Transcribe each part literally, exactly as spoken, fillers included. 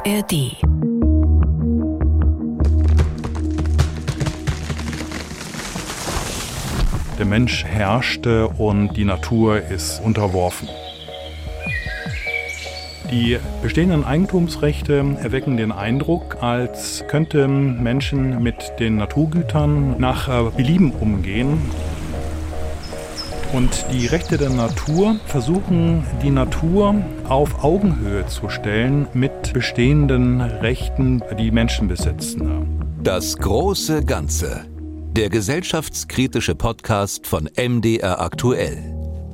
R D. Der Mensch herrschte und die Natur ist unterworfen. Die bestehenden Eigentumsrechte erwecken den Eindruck, als könnten Menschen mit den Naturgütern nach Belieben umgehen. Und die Rechte der Natur versuchen, die Natur auf Augenhöhe zu stellen mit bestehenden Rechten, die Menschen besitzen. Das große Ganze. Der gesellschaftskritische Podcast von M D R aktuell.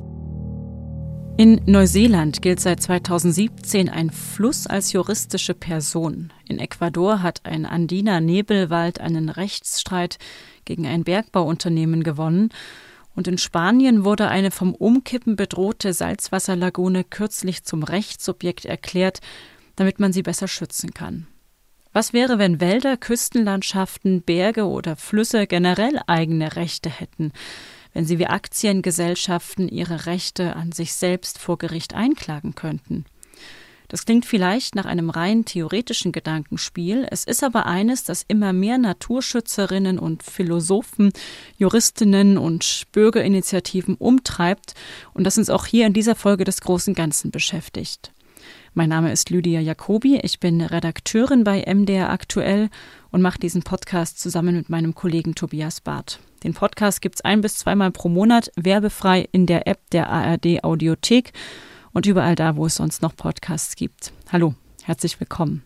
In Neuseeland gilt seit zweitausendsiebzehn ein Fluss als juristische Person. In Ecuador hat ein Andiner Nebelwald einen Rechtsstreit gegen ein Bergbauunternehmen gewonnen. Und in Spanien wurde eine vom Umkippen bedrohte Salzwasserlagune kürzlich zum Rechtssubjekt erklärt, damit man sie besser schützen kann. Was wäre, wenn Wälder, Küstenlandschaften, Berge oder Flüsse generell eigene Rechte hätten, wenn sie wie Aktiengesellschaften ihre Rechte an sich selbst vor Gericht einklagen könnten? Das klingt vielleicht nach einem rein theoretischen Gedankenspiel. Es ist aber eines, das immer mehr Naturschützerinnen und Philosophen, Juristinnen und Bürgerinitiativen umtreibt und das uns auch hier in dieser Folge des großen Ganzen beschäftigt. Mein Name ist Lydia Jacobi, ich bin Redakteurin bei M D R aktuell und mache diesen Podcast zusammen mit meinem Kollegen Tobias Barth. Den Podcast gibt es ein- bis zweimal pro Monat, werbefrei in der App der A R D Audiothek und überall da, wo es sonst noch Podcasts gibt. Hallo, herzlich willkommen.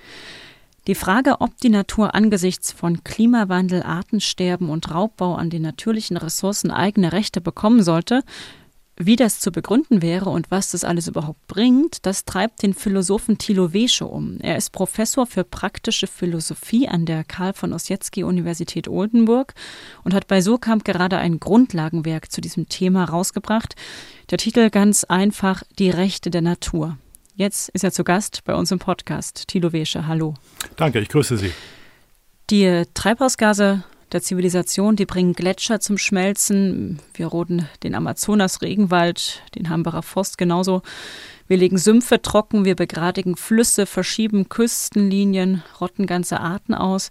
Die Frage, ob die Natur angesichts von Klimawandel, Artensterben und Raubbau an den natürlichen Ressourcen eigene Rechte bekommen sollte, wie das zu begründen wäre und was das alles überhaupt bringt, das treibt den Philosophen Thilo Wesche um. Er ist Professor für praktische Philosophie an der Karl von Ossietzky Universität Oldenburg und hat bei Surkamp gerade ein Grundlagenwerk zu diesem Thema rausgebracht. Der Titel ganz einfach: Die Rechte der Natur. Jetzt ist er zu Gast bei uns im Podcast. Thilo Wesche, hallo. Danke, ich grüße Sie. Die Treibhausgase der Zivilisation, die bringen Gletscher zum Schmelzen. Wir roden den Amazonas-Regenwald, den Hambacher Forst genauso. Wir legen Sümpfe trocken, wir begradigen Flüsse, verschieben Küstenlinien, rotten ganze Arten aus.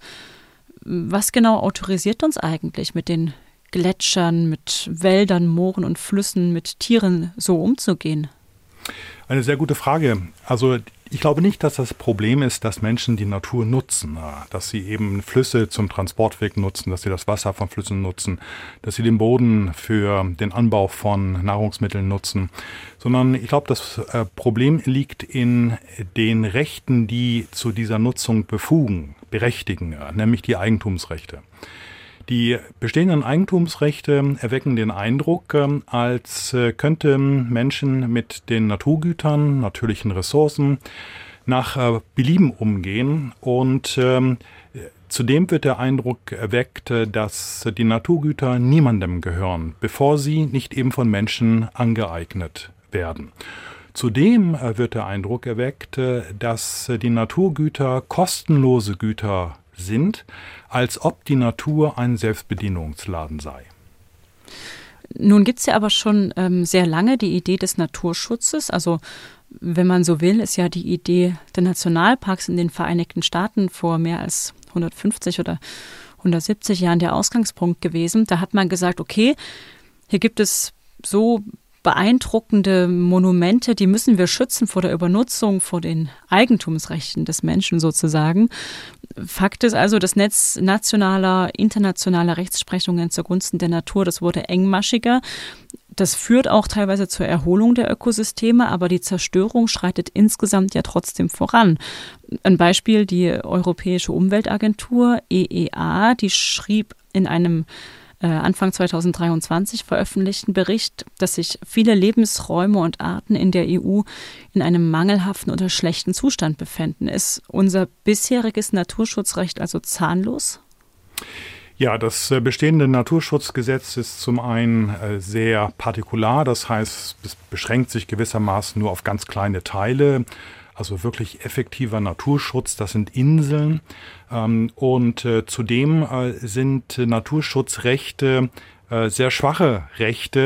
Was genau autorisiert uns eigentlich, mit den Gletschern, mit Wäldern, Mooren und Flüssen, mit Tieren so umzugehen? Eine sehr gute Frage. Also ich glaube nicht, dass das Problem ist, dass Menschen die Natur nutzen, dass sie eben Flüsse zum Transportweg nutzen, dass sie das Wasser von Flüssen nutzen, dass sie den Boden für den Anbau von Nahrungsmitteln nutzen, sondern ich glaube, das Problem liegt in den Rechten, die zu dieser Nutzung befugen, berechtigen, nämlich die Eigentumsrechte. Die bestehenden Eigentumsrechte erwecken den Eindruck, als könnten Menschen mit den Naturgütern, natürlichen Ressourcen nach Belieben umgehen. Und ähm, zudem wird der Eindruck erweckt, dass die Naturgüter niemandem gehören, bevor sie nicht eben von Menschen angeeignet werden. Zudem wird der Eindruck erweckt, dass die Naturgüter kostenlose Güter sind, als ob die Natur ein Selbstbedienungsladen sei. Nun gibt es ja aber schon ähm, sehr lange die Idee des Naturschutzes. Also wenn man so will, ist ja die Idee der Nationalparks in den Vereinigten Staaten vor mehr als hundertfünfzig oder hundertsiebzig Jahren der Ausgangspunkt gewesen. Da hat man gesagt, okay, hier gibt es so beeindruckende Monumente, die müssen wir schützen vor der Übernutzung, vor den Eigentumsrechten des Menschen sozusagen. Fakt ist also, das Netz nationaler, internationaler Rechtsprechungen zugunsten der Natur, das wurde engmaschiger. Das führt auch teilweise zur Erholung der Ökosysteme, aber die Zerstörung schreitet insgesamt ja trotzdem voran. Ein Beispiel: die Europäische Umweltagentur E E A, die schrieb in einem Anfang zweitausenddreiundzwanzig veröffentlichten Bericht, dass sich viele Lebensräume und Arten in der E U in einem mangelhaften oder schlechten Zustand befinden. Ist unser bisheriges Naturschutzrecht also zahnlos? Ja, das bestehende Naturschutzgesetz ist zum einen sehr partikular, das heißt, es beschränkt sich gewissermaßen nur auf ganz kleine Teile. Also wirklich effektiver Naturschutz, das sind Inseln. Und zudem sind Naturschutzrechte sehr schwache Rechte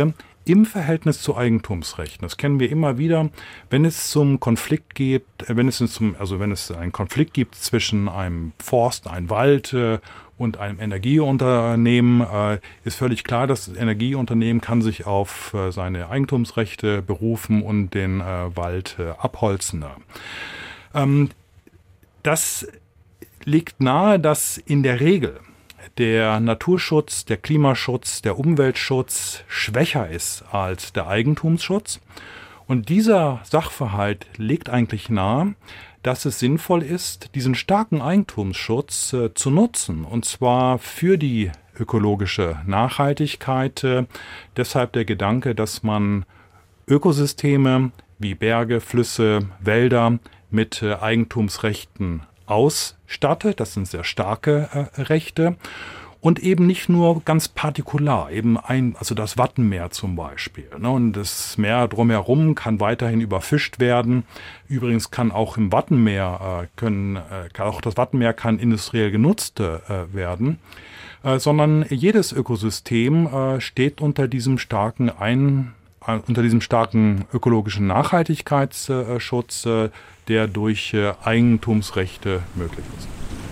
im Verhältnis zu Eigentumsrechten. Das kennen wir immer wieder, wenn es zum Konflikt gibt, wenn es zum, also wenn es einen Konflikt gibt zwischen einem Forst, einem Wald äh, und einem Energieunternehmen, äh, ist völlig klar, das Energieunternehmen kann sich auf äh, seine Eigentumsrechte berufen und den äh, Wald äh, abholzen. Ähm, das liegt nahe, dass in der Regel der Naturschutz, der Klimaschutz, der Umweltschutz schwächer ist als der Eigentumsschutz. Und dieser Sachverhalt legt eigentlich nahe, dass es sinnvoll ist, diesen starken Eigentumsschutz äh, zu nutzen, und zwar für die ökologische Nachhaltigkeit. Äh, deshalb der Gedanke, dass man Ökosysteme wie Berge, Flüsse, Wälder mit äh, Eigentumsrechten ausstattet. Das sind sehr starke äh, Rechte. Und eben nicht nur ganz partikular, eben ein, also das Wattenmeer zum Beispiel. Ne? Und das Meer drumherum kann weiterhin überfischt werden. Übrigens kann auch im Wattenmeer, äh, können, äh, auch das Wattenmeer kann industriell genutzt äh, werden. Äh, sondern jedes Ökosystem äh, steht unter diesem starken ein, äh, unter diesem starken ökologischen Nachhaltigkeitsschutz, äh, der durch äh, Eigentumsrechte möglich ist.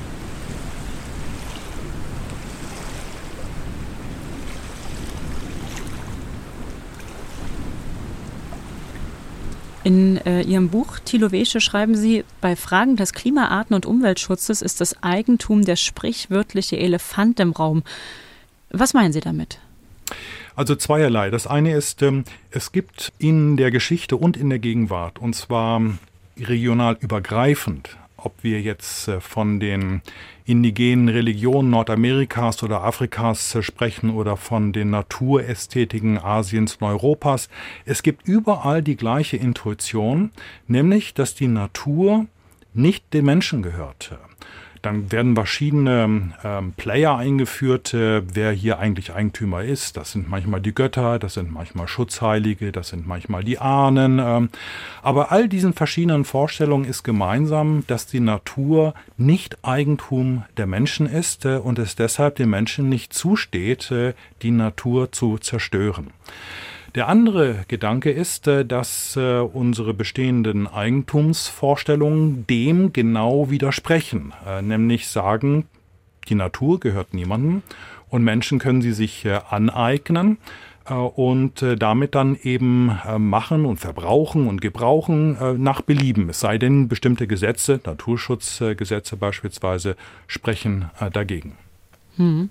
In äh, Ihrem Buch Thilo Wesche schreiben Sie, bei Fragen des Klima-, Arten- und Umweltschutzes ist das Eigentum der sprichwörtliche Elefant im Raum. Was meinen Sie damit? Also zweierlei. Das eine ist, ähm, es gibt in der Geschichte und in der Gegenwart, und zwar regional übergreifend, ob wir jetzt äh, von den indigenen Religionen Nordamerikas oder Afrikas äh, sprechen oder von den Naturästhetiken Asiens und Europas. Es gibt überall die gleiche Intuition, nämlich, dass die Natur nicht den Menschen gehört. Dann werden verschiedene ähm, Player eingeführt, äh, wer hier eigentlich Eigentümer ist. Das sind manchmal die Götter, das sind manchmal Schutzheilige, das sind manchmal die Ahnen. Ähm, aber all diesen verschiedenen Vorstellungen ist gemeinsam, dass die Natur nicht Eigentum der Menschen ist äh, und es deshalb den Menschen nicht zusteht, äh, die Natur zu zerstören. Der andere Gedanke ist, dass äh, unsere bestehenden Eigentumsvorstellungen dem genau widersprechen, äh, nämlich sagen, die Natur gehört niemandem und Menschen können sie sich äh, aneignen äh, und äh, damit dann eben äh, machen und verbrauchen und gebrauchen äh, nach Belieben. Es sei denn, bestimmte Gesetze, Naturschutzgesetze beispielsweise, sprechen äh, dagegen. Hm.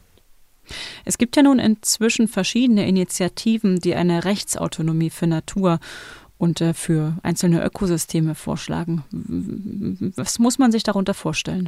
Es gibt ja nun inzwischen verschiedene Initiativen, die eine Rechtsautonomie für Natur und äh, für einzelne Ökosysteme vorschlagen. Was muss man sich darunter vorstellen?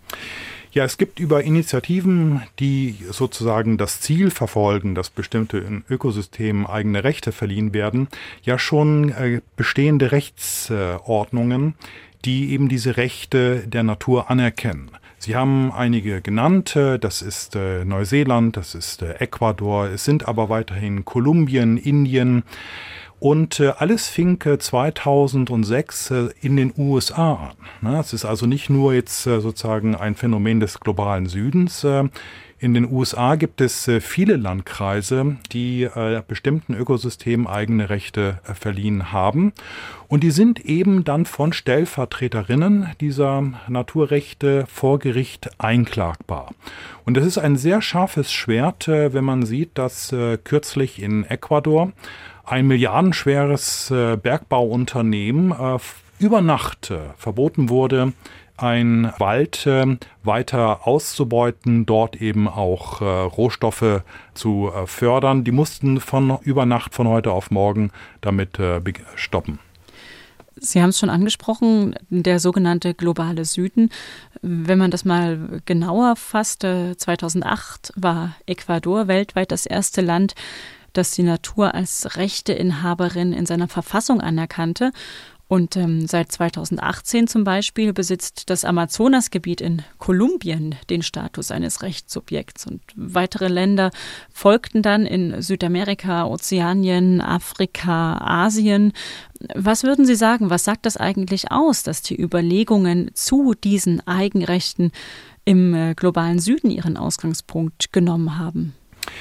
Ja, es gibt über Initiativen, die sozusagen das Ziel verfolgen, dass bestimmte Ökosystemen eigene Rechte verliehen werden, ja schon äh, bestehende Rechtsordnungen, die eben diese Rechte der Natur anerkennen. Sie haben einige genannt, das ist äh, Neuseeland, das ist äh, Ecuador, es sind aber weiterhin Kolumbien, Indien und äh, alles fing äh, zweitausendsechs äh, in den U S A an. Es ist also nicht nur jetzt äh, sozusagen ein Phänomen des globalen Südens. Äh, In den U S A gibt es äh, viele Landkreise, die äh, bestimmten Ökosystemen eigene Rechte äh, verliehen haben. Und die sind eben dann von Stellvertreterinnen dieser Naturrechte vor Gericht einklagbar. Und das ist ein sehr scharfes Schwert, äh, wenn man sieht, dass äh, kürzlich in Ecuador ein milliardenschweres äh, Bergbauunternehmen äh, über Nacht äh, verboten wurde, ein Wald äh, weiter auszubeuten, dort eben auch äh, Rohstoffe zu äh, fördern. Die mussten von über Nacht, von heute auf morgen damit äh, stoppen. Sie haben es schon angesprochen, der sogenannte globale Süden. Wenn man das mal genauer fasst, zweitausendacht war Ecuador weltweit das erste Land, das die Natur als Rechteinhaberin in seiner Verfassung anerkannte. Und ähm, seit zweitausendachtzehn zum Beispiel besitzt das Amazonasgebiet in Kolumbien den Status eines Rechtssubjekts. Und weitere Länder folgten dann in Südamerika, Ozeanien, Afrika, Asien. Was würden Sie sagen, was sagt das eigentlich aus, dass die Überlegungen zu diesen Eigenrechten im äh, globalen Süden ihren Ausgangspunkt genommen haben?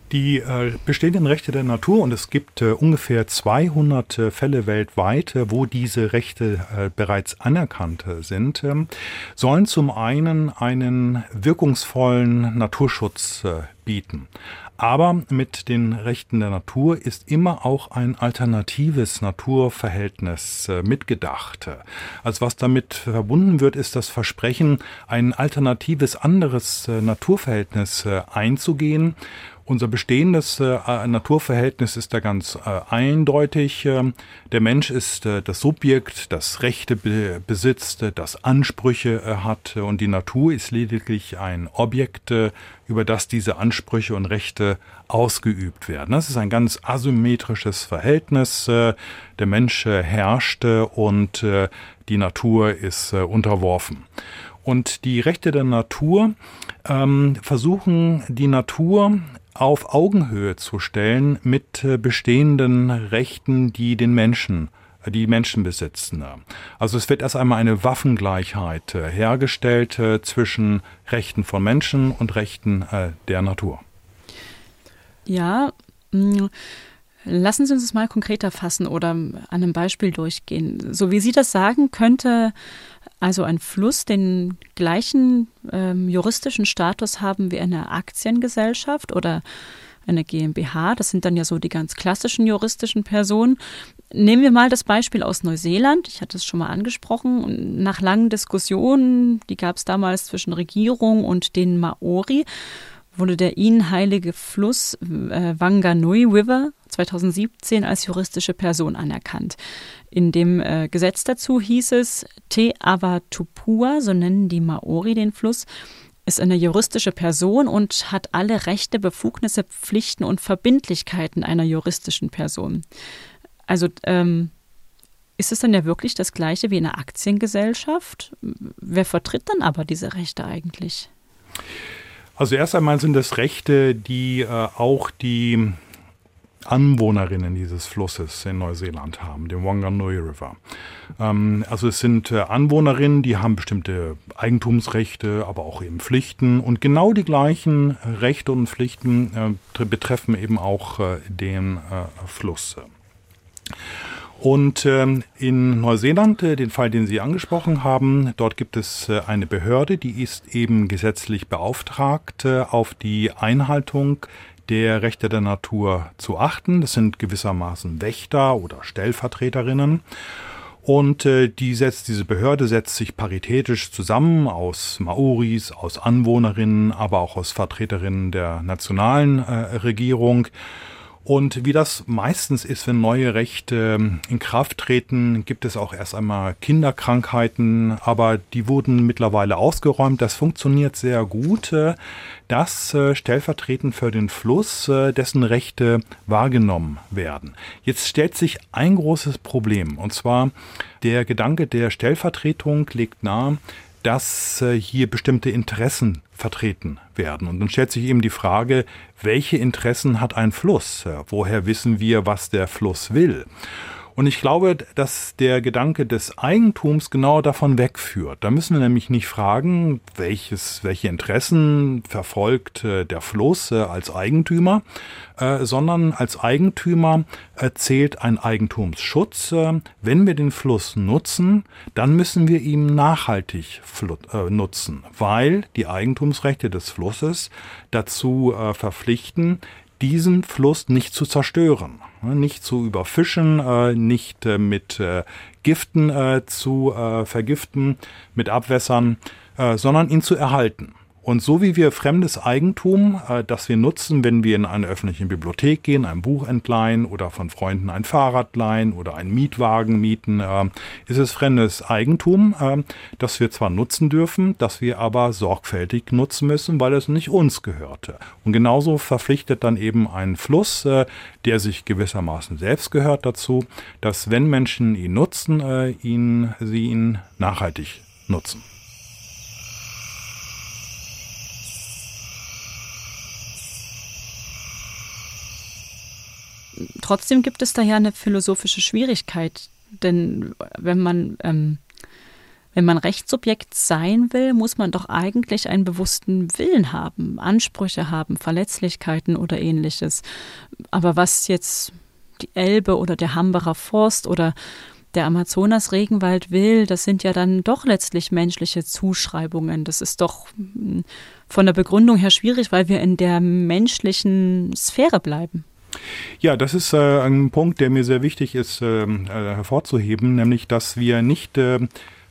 Die äh, bestehenden Rechte der Natur, und es gibt äh, ungefähr zweihundert äh, Fälle weltweit, äh, wo diese Rechte äh, bereits anerkannt äh, sind, äh, sollen zum einen einen wirkungsvollen Naturschutz äh, bieten. Aber mit den Rechten der Natur ist immer auch ein alternatives Naturverhältnis äh, mitgedacht. Also was damit verbunden wird, ist das Versprechen, ein alternatives anderes äh, Naturverhältnis äh, einzugehen. Unser bestehendes äh, Naturverhältnis ist da ganz äh, eindeutig. Ähm, der Mensch ist äh, das Subjekt, das Rechte be- besitzt, äh, das Ansprüche äh, hat, äh, und die Natur ist lediglich ein Objekt, äh, über das diese Ansprüche und Rechte ausgeübt werden. Das ist ein ganz asymmetrisches Verhältnis. Äh, der Mensch äh, herrscht äh, und äh, die Natur ist äh, unterworfen. Und die Rechte der Natur ähm, versuchen, die Natur auf Augenhöhe zu stellen mit bestehenden Rechten, die den Menschen, die Menschen besitzen. Also es wird erst einmal eine Waffengleichheit hergestellt zwischen Rechten von Menschen und Rechten der Natur. Ja, lassen Sie uns das mal konkreter fassen oder an einem Beispiel durchgehen. So wie Sie das sagen, könnte also ein Fluss den gleichen ähm, juristischen Status haben wie eine Aktiengesellschaft oder eine GmbH. Das sind dann ja so die ganz klassischen juristischen Personen. Nehmen wir mal das Beispiel aus Neuseeland. Ich hatte es schon mal angesprochen. Nach langen Diskussionen, die gab es damals zwischen Regierung und den Maori, wurde der ihnen heilige Fluss äh, Wanganui River zweitausendsiebzehn als juristische Person anerkannt. In dem äh, Gesetz dazu hieß es, Te Awatupua, so nennen die Maori den Fluss, ist eine juristische Person und hat alle Rechte, Befugnisse, Pflichten und Verbindlichkeiten einer juristischen Person. Also ähm, ist es dann ja wirklich das Gleiche wie eine Aktiengesellschaft? Wer vertritt dann aber diese Rechte eigentlich? Also erst einmal sind das Rechte, die äh, auch die Anwohnerinnen dieses Flusses in Neuseeland haben, dem Wanganui River. Ähm, also es sind äh, Anwohnerinnen, die haben bestimmte Eigentumsrechte, aber auch eben Pflichten. Und genau die gleichen Rechte und Pflichten äh, betreffen eben auch äh, den äh, Fluss. Und ähm, in Neuseeland, äh, den Fall, den Sie angesprochen haben, dort gibt es äh, eine Behörde, die ist eben gesetzlich beauftragt, äh, auf die Einhaltung der Rechte der Natur zu achten. Das sind gewissermaßen Wächter oder Stellvertreterinnen. Und äh, die setzt, diese Behörde setzt sich paritätisch zusammen aus Maoris, aus Anwohnerinnen, aber auch aus Vertreterinnen der nationalen äh, Regierung. Und wie das meistens ist, wenn neue Rechte in Kraft treten, gibt es auch erst einmal Kinderkrankheiten, aber die wurden mittlerweile ausgeräumt. Das funktioniert sehr gut, dass stellvertretend für den Fluss dessen Rechte wahrgenommen werden. Jetzt stellt sich ein großes Problem, und zwar der Gedanke der Stellvertretung legt nahe, dass äh, hier bestimmte Interessen vertreten werden. Und dann stellt sich eben die Frage, welche Interessen hat ein Fluss? Äh, woher wissen wir, was der Fluss will? Und ich glaube, dass der Gedanke des Eigentums genau davon wegführt. Da müssen wir nämlich nicht fragen, welches, welche Interessen verfolgt äh, der Fluss äh, als Eigentümer, äh, sondern als Eigentümer äh, zählt ein Eigentumsschutz. Äh, wenn wir den Fluss nutzen, dann müssen wir ihn nachhaltig flut, äh, nutzen, weil die Eigentumsrechte des Flusses dazu äh, verpflichten, diesen Fluss nicht zu zerstören, nicht zu überfischen, nicht mit Giften zu vergiften, mit Abwässern, sondern ihn zu erhalten. Und so wie wir fremdes Eigentum, äh, das wir nutzen, wenn wir in eine öffentliche Bibliothek gehen, ein Buch entleihen oder von Freunden ein Fahrrad leihen oder einen Mietwagen mieten, äh, ist es fremdes Eigentum, äh, das wir zwar nutzen dürfen, das wir aber sorgfältig nutzen müssen, weil es nicht uns gehörte. Und genauso verpflichtet dann eben ein Fluss, äh, der sich gewissermaßen selbst gehört dazu, dass wenn Menschen ihn nutzen, äh, ihn, sie ihn nachhaltig nutzen. Trotzdem gibt es da ja eine philosophische Schwierigkeit, denn wenn man, ähm, Wenn man Rechtssubjekt sein will, muss man doch eigentlich einen bewussten Willen haben, Ansprüche haben, Verletzlichkeiten oder ähnliches. Aber was jetzt die Elbe oder der Hambacher Forst oder der Amazonas-Regenwald will, das sind ja dann doch letztlich menschliche Zuschreibungen. Das ist doch von der Begründung her schwierig, weil wir in der menschlichen Sphäre bleiben. Ja, das ist äh, ein Punkt, der mir sehr wichtig ist äh, äh, hervorzuheben, nämlich, dass wir nicht äh,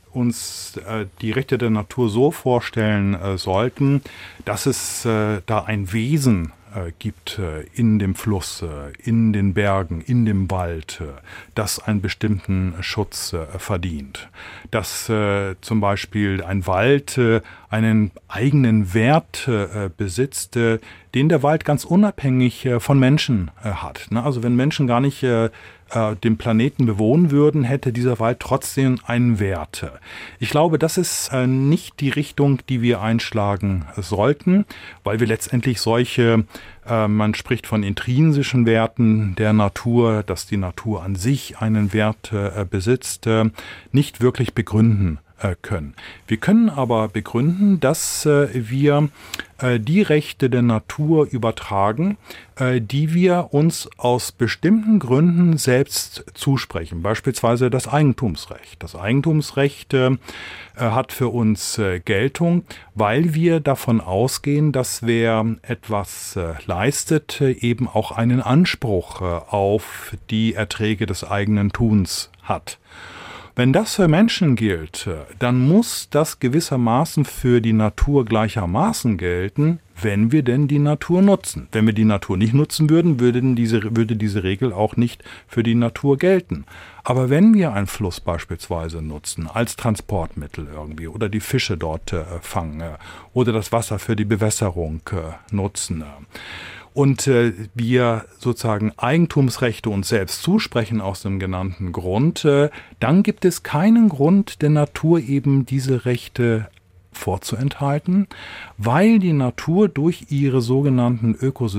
uns äh, die Rechte der Natur so vorstellen äh, sollten, dass es äh, da ein Wesen äh, gibt äh, in dem Fluss, äh, in den Bergen, in dem Wald, äh, das einen bestimmten Schutz äh, verdient. Dass äh, zum Beispiel ein Wald äh, einen eigenen Wert äh, besitzt, äh, den der Wald ganz unabhängig äh, von Menschen äh, hat. Ne? Also wenn Menschen gar nicht äh, äh, den Planeten bewohnen würden, hätte dieser Wald trotzdem einen Wert. Ich glaube, das ist äh, nicht die Richtung, die wir einschlagen sollten, weil wir letztendlich solche, äh, man spricht von intrinsischen Werten der Natur, dass die Natur an sich einen Wert äh, besitzt, äh, nicht wirklich begründen können. Wir können aber begründen, dass äh, wir äh, die Rechte der Natur übertragen, äh, die wir uns aus bestimmten Gründen selbst zusprechen. Beispielsweise das Eigentumsrecht. Das Eigentumsrecht äh, hat für uns äh, Geltung, weil wir davon ausgehen, dass wer etwas äh, leistet, äh, eben auch einen Anspruch äh, auf die Erträge des eigenen Tuns hat. Wenn das für Menschen gilt, dann muss das gewissermaßen für die Natur gleichermaßen gelten, wenn wir denn die Natur nutzen. Wenn wir die Natur nicht nutzen würden, würde diese, würde diese Regel auch nicht für die Natur gelten. Aber wenn wir einen Fluss beispielsweise nutzen, als Transportmittel irgendwie, oder die Fische dort äh, fangen, äh, oder das Wasser für die Bewässerung äh, nutzen, äh, und äh, wir sozusagen Eigentumsrechte uns selbst zusprechen aus dem genannten Grund, äh, dann gibt es keinen Grund der Natur eben diese Rechte vorzuenthalten, weil die Natur durch ihre sogenannten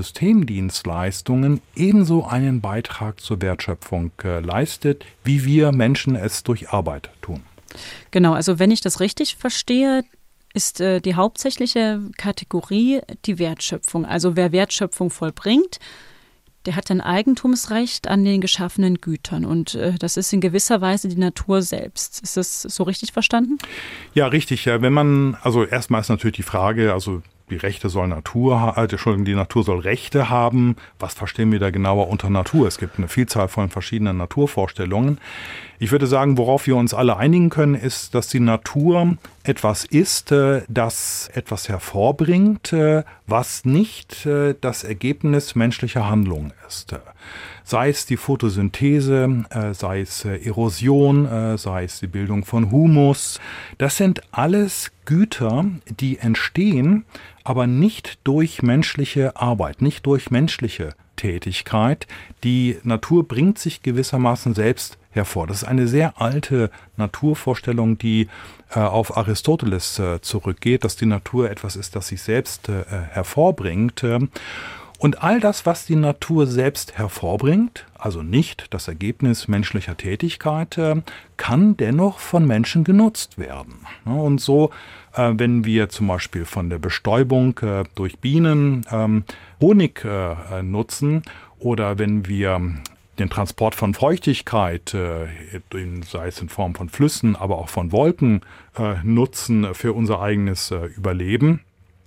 Ökosystemdienstleistungen ebenso einen Beitrag zur Wertschöpfung äh, leistet, wie wir Menschen es durch Arbeit tun. Genau, also wenn ich das richtig verstehe, ist äh, die hauptsächliche Kategorie die Wertschöpfung. Also wer Wertschöpfung vollbringt, der hat ein Eigentumsrecht an den geschaffenen Gütern. Und äh, das ist in gewisser Weise die Natur selbst. Ist das so richtig verstanden? Ja, richtig. Ja, wenn man, also erstmal ist natürlich die Frage, also die Rechte soll Natur, äh, Entschuldigung, die Natur soll Rechte haben. Was verstehen wir da genauer unter Natur? Es gibt eine Vielzahl von verschiedenen Naturvorstellungen. Ich würde sagen, worauf wir uns alle einigen können, ist, dass die Natur etwas ist, das etwas hervorbringt, was nicht das Ergebnis menschlicher Handlungen ist. Sei es die Photosynthese, sei es Erosion, sei es die Bildung von Humus. Das sind alles Güter, die entstehen, aber nicht durch menschliche Arbeit, nicht durch menschliche Tätigkeit. Die Natur bringt sich gewissermaßen selbst hervor. Das ist eine sehr alte Naturvorstellung, die äh, auf Aristoteles äh, zurückgeht, dass die Natur etwas ist, das sich selbst äh, hervorbringt. Und all das, was die Natur selbst hervorbringt, also nicht das Ergebnis menschlicher Tätigkeit, äh, kann dennoch von Menschen genutzt werden. Und so, äh, wenn wir zum Beispiel von der Bestäubung äh, durch Bienen ähm, Honig äh, nutzen oder wenn wir den Transport von Feuchtigkeit, äh, sei es in Form von Flüssen, aber auch von Wolken, äh, nutzen für unser eigenes äh, Überleben.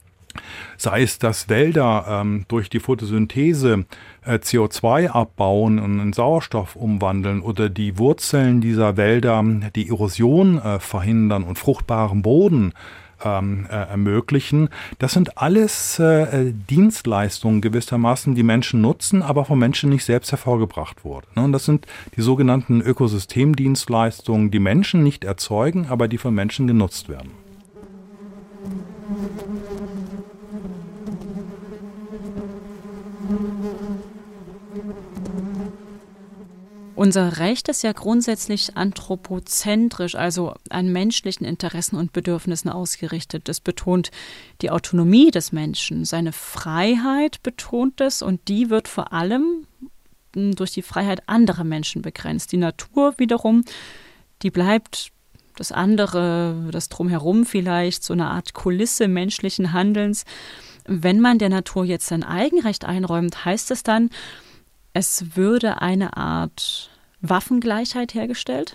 Sei es, dass Wälder ähm, durch die Photosynthese äh, C O zwei abbauen und in Sauerstoff umwandeln oder die Wurzeln dieser Wälder die Erosion äh, verhindern und fruchtbaren Boden ähm, äh, ermöglichen. Das sind alles äh, Dienstleistungen gewissermaßen, die Menschen nutzen, aber von Menschen nicht selbst hervorgebracht wurden. Ne? Und das sind die sogenannten Ökosystemdienstleistungen, die Menschen nicht erzeugen, aber die von Menschen genutzt werden. Unser Recht ist ja grundsätzlich anthropozentrisch, also an menschlichen Interessen und Bedürfnissen ausgerichtet. Es betont die Autonomie des Menschen, seine Freiheit betont es und die wird vor allem durch die Freiheit anderer Menschen begrenzt. Die Natur wiederum, die bleibt das andere, das Drumherum vielleicht, so eine Art Kulisse menschlichen Handelns. Wenn man der Natur jetzt sein Eigenrecht einräumt, heißt es dann, es würde eine Art Waffengleichheit hergestellt?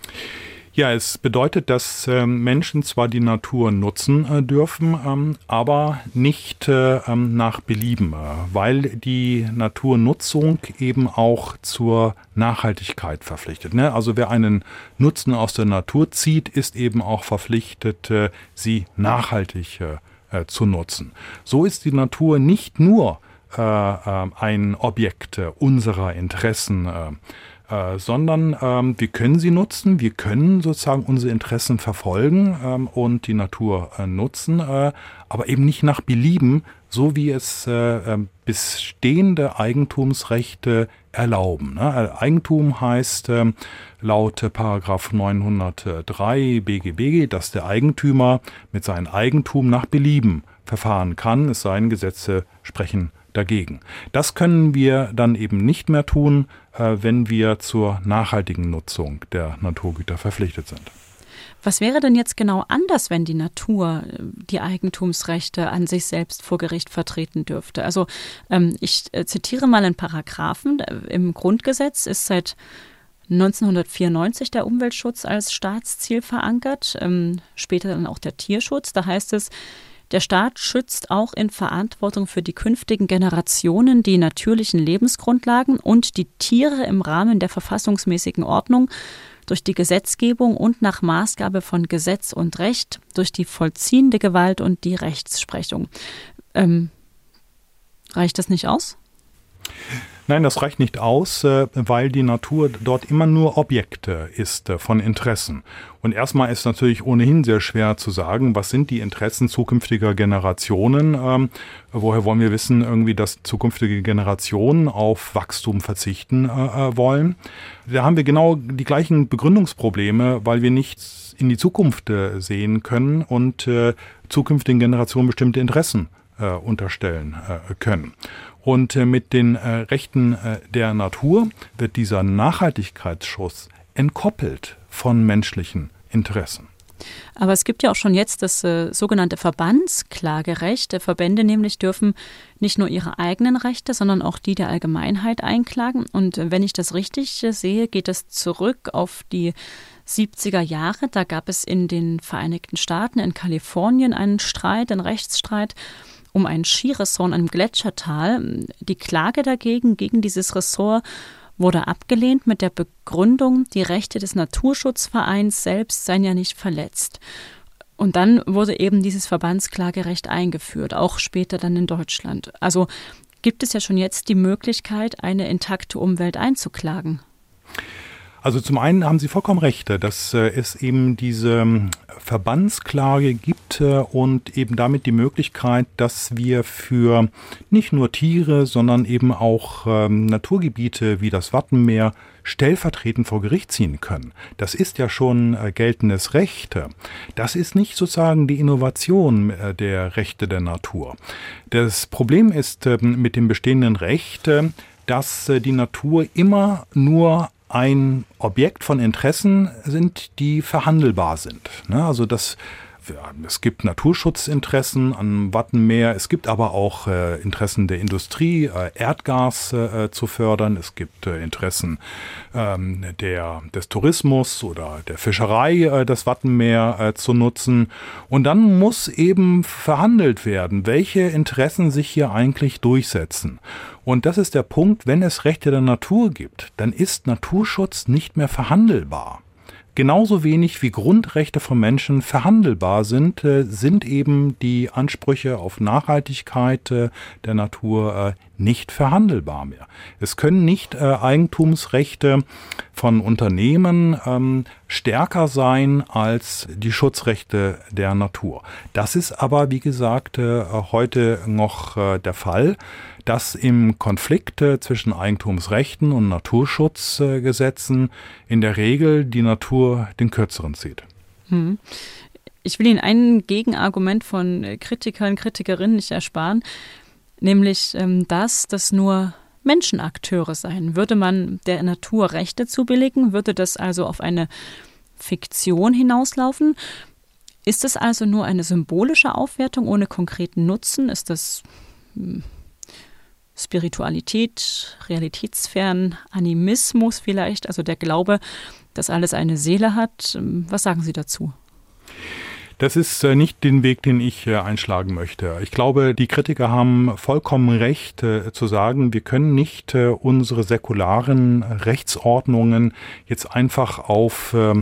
Ja, es bedeutet, dass äh, Menschen zwar die Natur nutzen äh, dürfen, ähm, aber nicht äh, nach Belieben, äh, weil die Naturnutzung eben auch zur Nachhaltigkeit verpflichtet. Ne? Also wer einen Nutzen aus der Natur zieht, ist eben auch verpflichtet, äh, sie nachhaltig äh, zu nutzen. So ist die Natur nicht nur äh, äh, ein Objekt äh, unserer Interessen, äh, Äh, sondern ähm, wir können sie nutzen, wir können sozusagen unsere Interessen verfolgen ähm, und die Natur äh, nutzen, äh, aber eben nicht nach Belieben, so wie es äh, äh, bestehende Eigentumsrechte erlauben. Ne? Eigentum heißt äh, laut Paragraph neunhundertdrei B G B, dass der Eigentümer mit seinem Eigentum nach Belieben verfahren kann, es sei denn, Gesetze sprechen dagegen. Das können wir dann eben nicht mehr tun, äh, wenn wir zur nachhaltigen Nutzung der Naturgüter verpflichtet sind. Was wäre denn jetzt genau anders, wenn die Natur die Eigentumsrechte an sich selbst vor Gericht vertreten dürfte? Also ähm, ich äh, zitiere mal einen Paragraphen. Im Grundgesetz ist seit neunzehnhundertvierundneunzig der Umweltschutz als Staatsziel verankert, ähm, später dann auch der Tierschutz. Da heißt es, der Staat schützt auch in Verantwortung für die künftigen Generationen die natürlichen Lebensgrundlagen und die Tiere im Rahmen der verfassungsmäßigen Ordnung durch die Gesetzgebung und nach Maßgabe von Gesetz und Recht, durch die vollziehende Gewalt und die Rechtsprechung. Ähm, reicht das nicht aus? Nein, das reicht nicht aus, weil die Natur dort immer nur Objekte ist von Interessen. Und erstmal ist natürlich ohnehin sehr schwer zu sagen, was sind die Interessen zukünftiger Generationen? Ähm, woher wollen wir wissen, irgendwie, dass zukünftige Generationen auf Wachstum verzichten äh, wollen? Da haben wir genau die gleichen Begründungsprobleme, weil wir nicht in die Zukunft äh, sehen können und äh, zukünftigen Generationen bestimmte Interessen äh, unterstellen äh, können. Und äh, mit den äh, Rechten äh, der Natur wird dieser Nachhaltigkeitsschutz entkoppelt von menschlichen Interessen. Aber es gibt ja auch schon jetzt das äh, sogenannte Verbandsklagerecht. Der Verbände nämlich dürfen nicht nur ihre eigenen Rechte, sondern auch die der Allgemeinheit einklagen. Und äh, wenn ich das richtig äh, sehe, geht das zurück auf die siebziger Jahre. Da gab es in den Vereinigten Staaten, in Kalifornien einen Streit, einen Rechtsstreit um ein Skiressort in einem Gletschertal. Die Klage dagegen, gegen dieses Ressort, wurde abgelehnt mit der Begründung, die Rechte des Naturschutzvereins selbst seien ja nicht verletzt. Und dann wurde eben dieses Verbandsklagerecht eingeführt, auch später dann in Deutschland. Also gibt es ja schon jetzt die Möglichkeit, eine intakte Umwelt einzuklagen. Also zum einen haben Sie vollkommen recht, dass äh, es eben diese Verbandsklage gibt äh, und eben damit die Möglichkeit, dass wir für nicht nur Tiere, sondern eben auch ähm, Naturgebiete wie das Wattenmeer stellvertretend vor Gericht ziehen können. Das ist ja schon äh, geltendes Recht. Das ist nicht sozusagen die Innovation äh, der Rechte der Natur. Das Problem ist äh, mit dem bestehenden Recht, äh, dass äh, die Natur immer nur ein Objekt von Interessen sind, die verhandelbar sind. Also das, es gibt Naturschutzinteressen am Wattenmeer, es gibt aber auch äh, Interessen der Industrie, äh, Erdgas äh, zu fördern, es gibt äh, Interessen ähm, der, des Tourismus oder der Fischerei, äh, das Wattenmeer äh, zu nutzen. Und dann muss eben verhandelt werden, welche Interessen sich hier eigentlich durchsetzen. Und das ist der Punkt, wenn es Rechte der Natur gibt, dann ist Naturschutz nicht mehr verhandelbar. Genauso wenig wie Grundrechte von Menschen verhandelbar sind, äh, sind eben die Ansprüche auf Nachhaltigkeit äh, der Natur äh, nicht verhandelbar mehr. Es können nicht äh, Eigentumsrechte von Unternehmen ähm, stärker sein als die Schutzrechte der Natur. Das ist aber, wie gesagt, äh, heute noch äh, der Fall, dass im Konflikt äh, zwischen Eigentumsrechten und Naturschutzgesetzen äh, in der Regel die Natur den Kürzeren zieht. Hm. Ich will Ihnen ein Gegenargument von Kritikern, Kritikerinnen nicht ersparen, nämlich ähm, das, dass nur Menschenakteure seien. Würde man der Natur Rechte zubilligen, würde das also auf eine Fiktion hinauslaufen. Ist das also nur eine symbolische Aufwertung ohne konkreten Nutzen? Ist das hm, Spiritualität, realitätsfern, Animismus vielleicht, also der Glaube, dass alles eine Seele hat? Was sagen Sie dazu? Das ist äh, nicht den Weg, den ich äh, einschlagen möchte. Ich glaube, die Kritiker haben vollkommen recht äh, zu sagen, wir können nicht äh, unsere säkularen Rechtsordnungen jetzt einfach auf äh,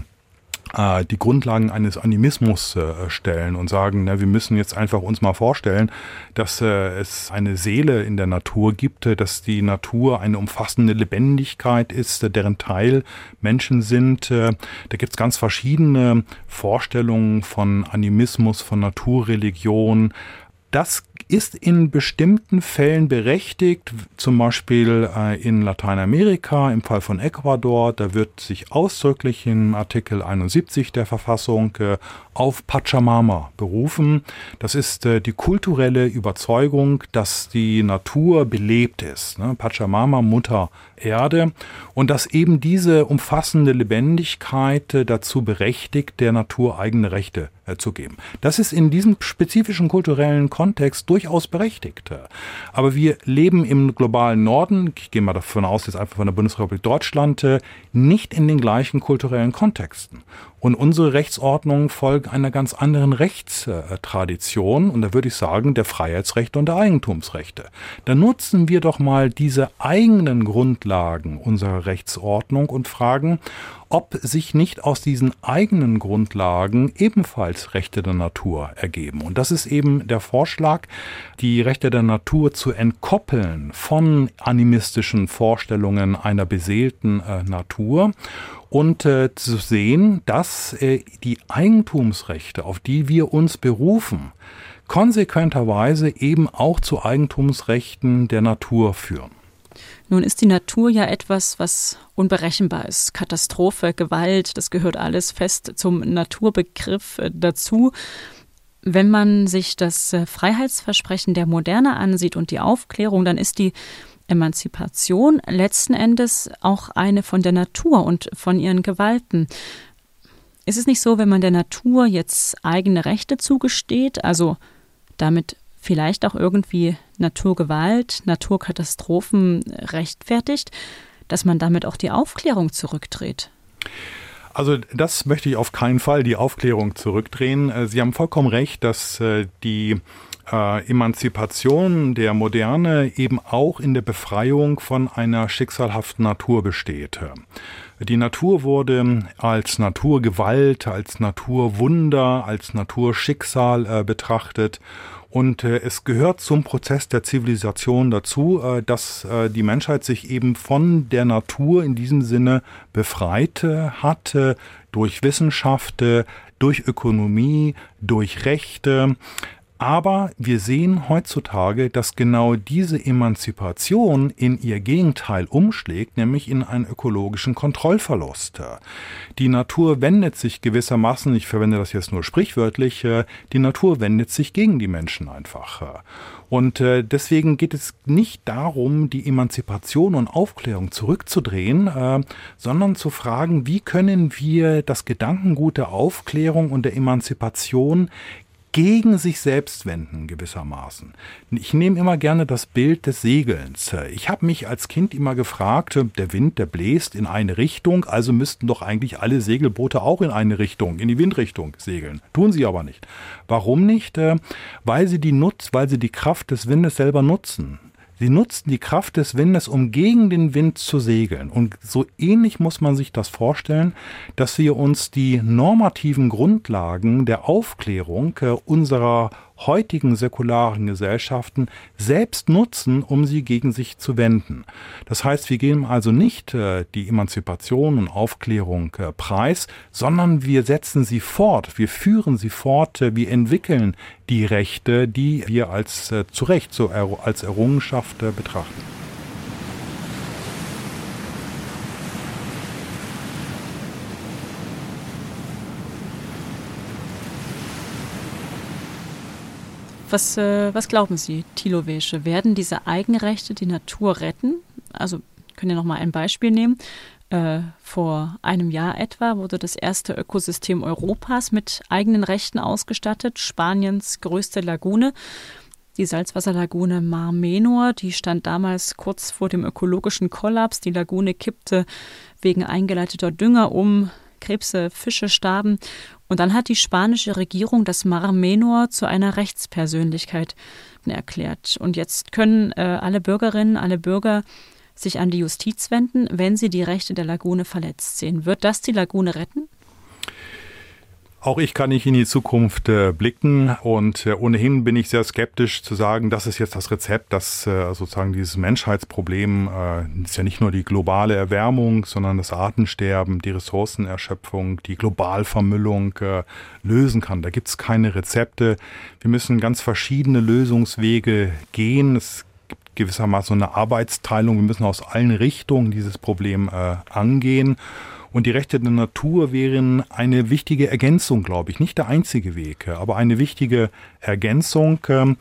die Grundlagen eines Animismus äh, stellen und sagen, na, wir müssen jetzt einfach uns mal vorstellen, dass äh, es eine Seele in der Natur gibt, äh, dass die Natur eine umfassende Lebendigkeit ist, äh, deren Teil Menschen sind. Äh, da gibt es ganz verschiedene Vorstellungen von Animismus, von Naturreligion. Das ist in bestimmten Fällen berechtigt, zum Beispiel äh, in Lateinamerika, im Fall von Ecuador. Da wird sich ausdrücklich in Artikel einundsiebzig der Verfassung äh, auf Pachamama berufen. Das ist äh, die kulturelle Überzeugung, dass die Natur belebt ist. Ne? Pachamama, Mutter Erde. Und dass eben diese umfassende Lebendigkeit äh, dazu berechtigt, der Natur eigene Rechte äh, zu geben. Das ist in diesem spezifischen kulturellen Kontext durchaus berechtigt. Aber wir leben im globalen Norden, ich gehe mal davon aus, jetzt einfach von der Bundesrepublik Deutschland, äh, nicht in den gleichen kulturellen Kontexten. Und unsere Rechtsordnung folgt einer ganz anderen Rechtstradition. Und da würde ich sagen, der Freiheitsrechte und der Eigentumsrechte. Dann nutzen wir doch mal diese eigenen Grundlagen unserer Rechtsordnung und fragen, ob sich nicht aus diesen eigenen Grundlagen ebenfalls Rechte der Natur ergeben. Und das ist eben der Vorschlag, die Rechte der Natur zu entkoppeln von animistischen Vorstellungen einer beseelten äh, Natur. Und äh, zu sehen, dass äh, die Eigentumsrechte, auf die wir uns berufen, konsequenterweise eben auch zu Eigentumsrechten der Natur führen. Nun ist die Natur ja etwas, was unberechenbar ist. Katastrophe, Gewalt, das gehört alles fest zum Naturbegriff äh, dazu. Wenn man sich das äh, Freiheitsversprechen der Moderne ansieht und die Aufklärung, dann ist die Emanzipation letzten Endes auch eine von der Natur und von ihren Gewalten. Ist es nicht so, wenn man der Natur jetzt eigene Rechte zugesteht, also damit vielleicht auch irgendwie Naturgewalt, Naturkatastrophen rechtfertigt, dass man damit auch die Aufklärung zurückdreht? Also das möchte ich auf keinen Fall, die Aufklärung zurückdrehen. Sie haben vollkommen recht, dass die Äh, Emanzipation der Moderne eben auch in der Befreiung von einer schicksalhaften Natur besteht. Die Natur wurde als Naturgewalt, als Naturwunder, als Naturschicksal äh, betrachtet. Und äh, es gehört zum Prozess der Zivilisation dazu, äh, dass äh, die Menschheit sich eben von der Natur in diesem Sinne befreit äh, hat, äh, durch Wissenschaft, äh, durch Ökonomie, durch Rechte. Aber wir sehen heutzutage, dass genau diese Emanzipation in ihr Gegenteil umschlägt, nämlich in einen ökologischen Kontrollverlust. Die Natur wendet sich gewissermaßen, ich verwende das jetzt nur sprichwörtlich, die Natur wendet sich gegen die Menschen einfach. Und deswegen geht es nicht darum, die Emanzipation und Aufklärung zurückzudrehen, sondern zu fragen, wie können wir das Gedankengut der Aufklärung und der Emanzipation gegen sich selbst wenden gewissermaßen. Ich nehme immer gerne das Bild des Segelns. Ich habe mich als Kind immer gefragt, der Wind, der bläst in eine Richtung, also müssten doch eigentlich alle Segelboote auch in eine Richtung, in die Windrichtung segeln. Tun sie aber nicht. Warum nicht? Weil sie die Nutz, weil sie die Kraft des Windes selber nutzen. Sie nutzten die Kraft des Windes, um gegen den Wind zu segeln. Und so ähnlich muss man sich das vorstellen, dass wir uns die normativen Grundlagen der Aufklärung unserer heutigen säkularen Gesellschaften selbst nutzen, um sie gegen sich zu wenden. Das heißt, wir geben also nicht äh, die Emanzipation und Aufklärung äh, preis, sondern wir setzen sie fort, wir führen sie fort, äh, wir entwickeln die Rechte, die wir als äh, zu Recht so er, als Errungenschaft äh, betrachten. Was, äh, was glauben Sie, Thilo Wesche, werden diese Eigenrechte die Natur retten? Also können wir noch mal ein Beispiel nehmen. Äh, vor einem Jahr etwa wurde das erste Ökosystem Europas mit eigenen Rechten ausgestattet, Spaniens größte Lagune. Die Salzwasserlagune Mar Menor, die stand damals kurz vor dem ökologischen Kollaps. Die Lagune kippte wegen eingeleiteter Dünger um, Krebse, Fische starben. Und dann hat die spanische Regierung das Mar Menor zu einer Rechtspersönlichkeit erklärt. Und jetzt können äh, alle Bürgerinnen, alle Bürger sich an die Justiz wenden, wenn sie die Rechte der Lagune verletzt sehen. Wird das die Lagune retten? Auch ich kann nicht in die Zukunft äh, blicken und äh, ohnehin bin ich sehr skeptisch zu sagen, das ist jetzt das Rezept, dass äh, sozusagen dieses Menschheitsproblem äh, ist ja nicht nur die globale Erwärmung, sondern das Artensterben, die Ressourcenerschöpfung, die Globalvermüllung äh, lösen kann. Da gibt es keine Rezepte. Wir müssen ganz verschiedene Lösungswege gehen. Es gewissermaßen so eine Arbeitsteilung. Wir müssen aus allen Richtungen dieses Problem äh, angehen. Und die Rechte der Natur wären eine wichtige Ergänzung, glaube ich. Nicht der einzige Weg, aber eine wichtige Ergänzung.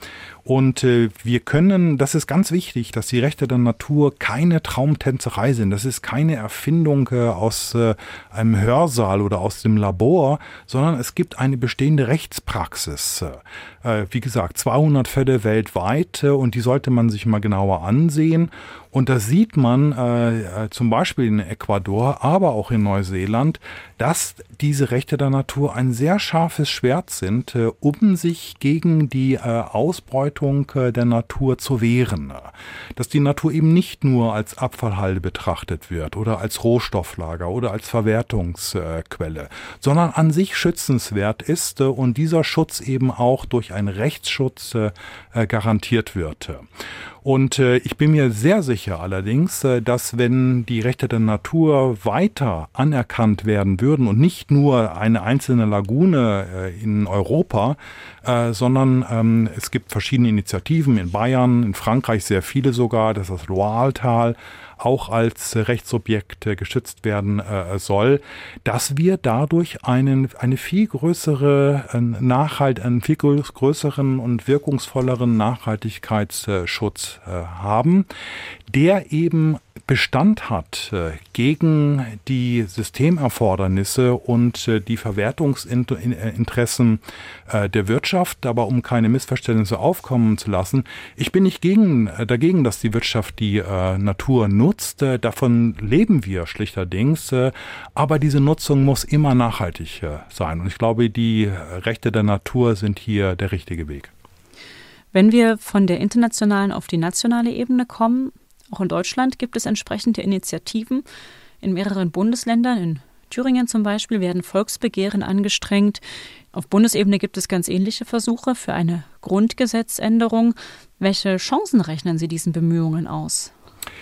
Und wir können, das ist ganz wichtig, dass die Rechte der Natur keine Traumtänzerei sind. Das ist keine Erfindung aus einem Hörsaal oder aus dem Labor, sondern es gibt eine bestehende Rechtspraxis. Wie gesagt, zweihundert Fälle weltweit und die sollte man sich mal genauer ansehen. Und da sieht man äh, zum Beispiel in Ecuador, aber auch in Neuseeland, dass diese Rechte der Natur ein sehr scharfes Schwert sind, äh, um sich gegen die äh, Ausbeutung äh, der Natur zu wehren. Dass die Natur eben nicht nur als Abfallhalde betrachtet wird oder als Rohstofflager oder als Verwertungsquelle, äh, sondern an sich schützenswert ist äh, und dieser Schutz eben auch durch einen Rechtsschutz äh, garantiert wird. Und äh, ich bin mir sehr sicher allerdings, äh, dass wenn die Rechte der Natur weiter anerkannt werden würden und nicht nur eine einzelne Lagune äh, in Europa, äh, sondern ähm, es gibt verschiedene Initiativen in Bayern, in Frankreich sehr viele sogar, das ist das Loiretal, auch als Rechtsobjekt geschützt werden äh, soll, dass wir dadurch einen, eine viel größere äh, Nachhalt, einen viel größeren und wirkungsvolleren Nachhaltigkeitsschutz äh, haben, der eben Bestand hat äh, gegen die Systemerfordernisse und äh, die Verwertungsinteressen äh, der Wirtschaft, aber um keine Missverständnisse aufkommen zu lassen. Ich bin nicht gegen, äh, dagegen, dass die Wirtschaft die äh, Natur nutzt. Äh, davon leben wir schlichterdings. Äh, aber diese Nutzung muss immer nachhaltig äh, sein. Und ich glaube, die äh, Rechte der Natur sind hier der richtige Weg. Wenn wir von der internationalen auf die nationale Ebene kommen, auch in Deutschland gibt es entsprechende Initiativen. In mehreren Bundesländern, in Thüringen zum Beispiel, werden Volksbegehren angestrengt. Auf Bundesebene gibt es ganz ähnliche Versuche für eine Grundgesetzänderung. Welche Chancen rechnen Sie diesen Bemühungen aus?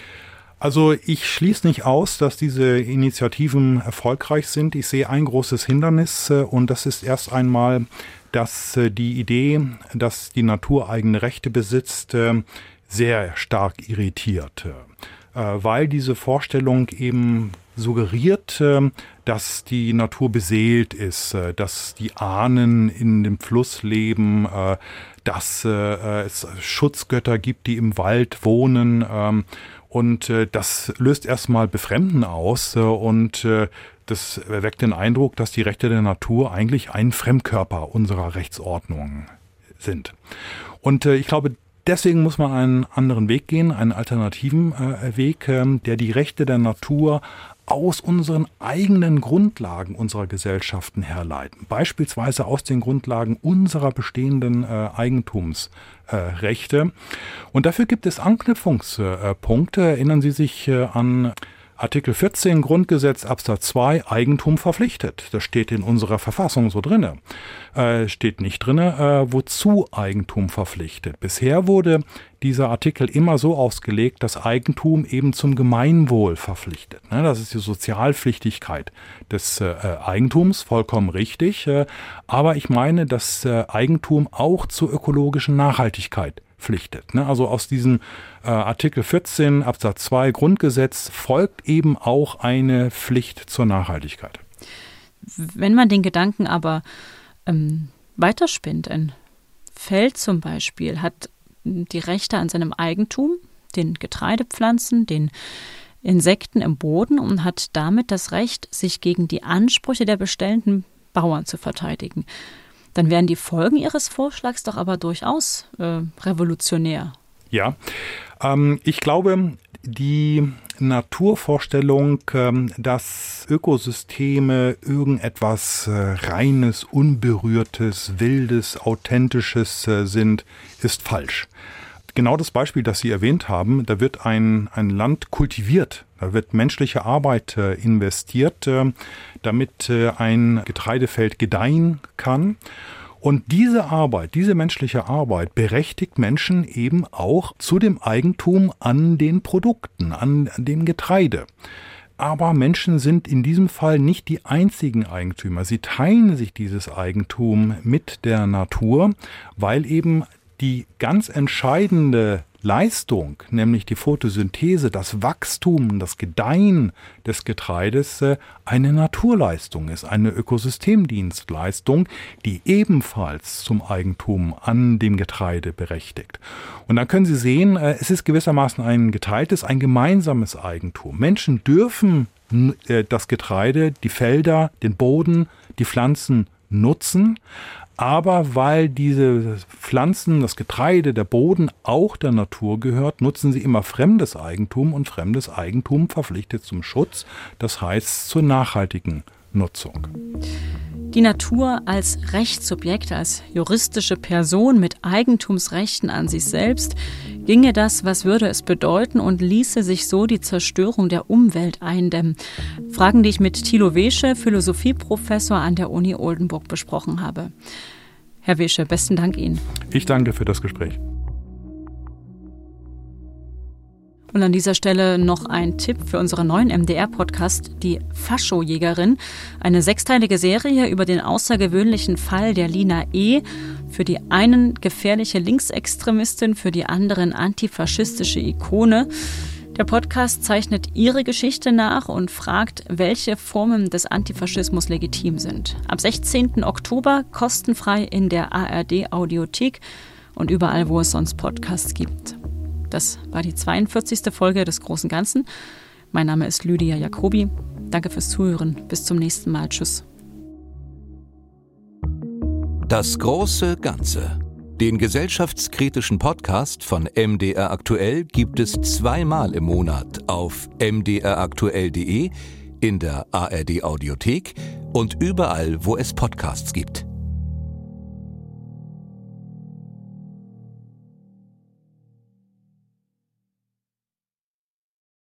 Also ich schließe nicht aus, dass diese Initiativen erfolgreich sind. Ich sehe ein großes Hindernis und das ist erst einmal, dass die Idee, dass die Natur eigene Rechte besitzt, sehr stark irritiert, weil diese Vorstellung eben suggeriert, dass die Natur beseelt ist, dass die Ahnen in dem Fluss leben, dass es Schutzgötter gibt, die im Wald wohnen. Und das löst erstmal Befremden aus und das erweckt den Eindruck, dass die Rechte der Natur eigentlich ein Fremdkörper unserer Rechtsordnung sind. Und ich glaube, deswegen muss man einen anderen Weg gehen, einen alternativen äh, Weg, äh, der die Rechte der Natur aus unseren eigenen Grundlagen unserer Gesellschaften herleiten. Beispielsweise aus den Grundlagen unserer bestehenden äh, Eigentumsrechte. Äh, Und dafür gibt es Anknüpfungspunkte. Erinnern Sie sich äh, an Artikel vierzehn Grundgesetz Absatz zwei, Eigentum verpflichtet. Das steht in unserer Verfassung so drinne. Äh, steht nicht drinne, äh, wozu Eigentum verpflichtet. Bisher wurde dieser Artikel immer so ausgelegt, dass Eigentum eben zum Gemeinwohl verpflichtet. Ne? Das ist die Sozialpflichtigkeit des äh, Eigentums, vollkommen richtig. Äh, aber ich meine, dass äh, Eigentum auch zur ökologischen Nachhaltigkeit pflichtet. Ne? Also aus diesem äh, Artikel vierzehn Absatz zwei Grundgesetz folgt eben auch eine Pflicht zur Nachhaltigkeit. Wenn man den Gedanken aber ähm, weiterspinnt, ein Feld zum Beispiel hat die Rechte an seinem Eigentum, den Getreidepflanzen, den Insekten im Boden und hat damit das Recht, sich gegen die Ansprüche der bestellenden Bauern zu verteidigen. Dann wären die Folgen Ihres Vorschlags doch aber durchaus äh, revolutionär. Ja, ähm, ich glaube, die Naturvorstellung, ähm, dass Ökosysteme irgendetwas äh, Reines, Unberührtes, Wildes, Authentisches äh, sind, ist falsch. Genau das Beispiel, das Sie erwähnt haben, da wird ein, ein Land kultiviert, da wird menschliche Arbeit äh, investiert, äh, damit äh, ein Getreidefeld gedeihen kann. Und diese Arbeit, diese menschliche Arbeit berechtigt Menschen eben auch zu dem Eigentum an den Produkten, an dem Getreide. Aber Menschen sind in diesem Fall nicht die einzigen Eigentümer. Sie teilen sich dieses Eigentum mit der Natur, weil eben die ganz entscheidende Leistung, nämlich die Photosynthese, das Wachstum, das Gedeihen des Getreides, eine Naturleistung ist, eine Ökosystemdienstleistung, die ebenfalls zum Eigentum an dem Getreide berechtigt. Und dann können Sie sehen, es ist gewissermaßen ein geteiltes, ein gemeinsames Eigentum. Menschen dürfen das Getreide, die Felder, den Boden, die Pflanzen nutzen, aber weil diese Pflanzen, das Getreide, der Boden auch der Natur gehört, nutzen sie immer fremdes Eigentum und fremdes Eigentum verpflichtet zum Schutz, das heißt zur nachhaltigen Nutzung. Die Natur als Rechtssubjekt, als juristische Person mit Eigentumsrechten an sich selbst, ginge das, was würde es bedeuten und ließe sich so die Zerstörung der Umwelt eindämmen? Fragen, die ich mit Thilo Wesche, Philosophieprofessor an der Uni Oldenburg, besprochen habe. Herr Wesche, besten Dank Ihnen. Ich danke für das Gespräch. Und an dieser Stelle noch ein Tipp für unseren neuen M D R-Podcast, die Faschojägerin. Eine sechsteilige Serie über den außergewöhnlichen Fall der Lina E. Für die einen gefährliche Linksextremistin, für die anderen antifaschistische Ikone. Der Podcast zeichnet ihre Geschichte nach und fragt, welche Formen des Antifaschismus legitim sind. Ab sechzehnten Oktober kostenfrei in der A R D-Audiothek und überall, wo es sonst Podcasts gibt. Das war die zweiundvierzigste Folge des Großen Ganzen. Mein Name ist Lydia Jacobi. Danke fürs Zuhören. Bis zum nächsten Mal. Tschüss. Das Große Ganze. Den gesellschaftskritischen Podcast von M D R Aktuell gibt es zweimal im Monat auf m d r aktuell punkt d e, in der A R D-Audiothek und überall, wo es Podcasts gibt.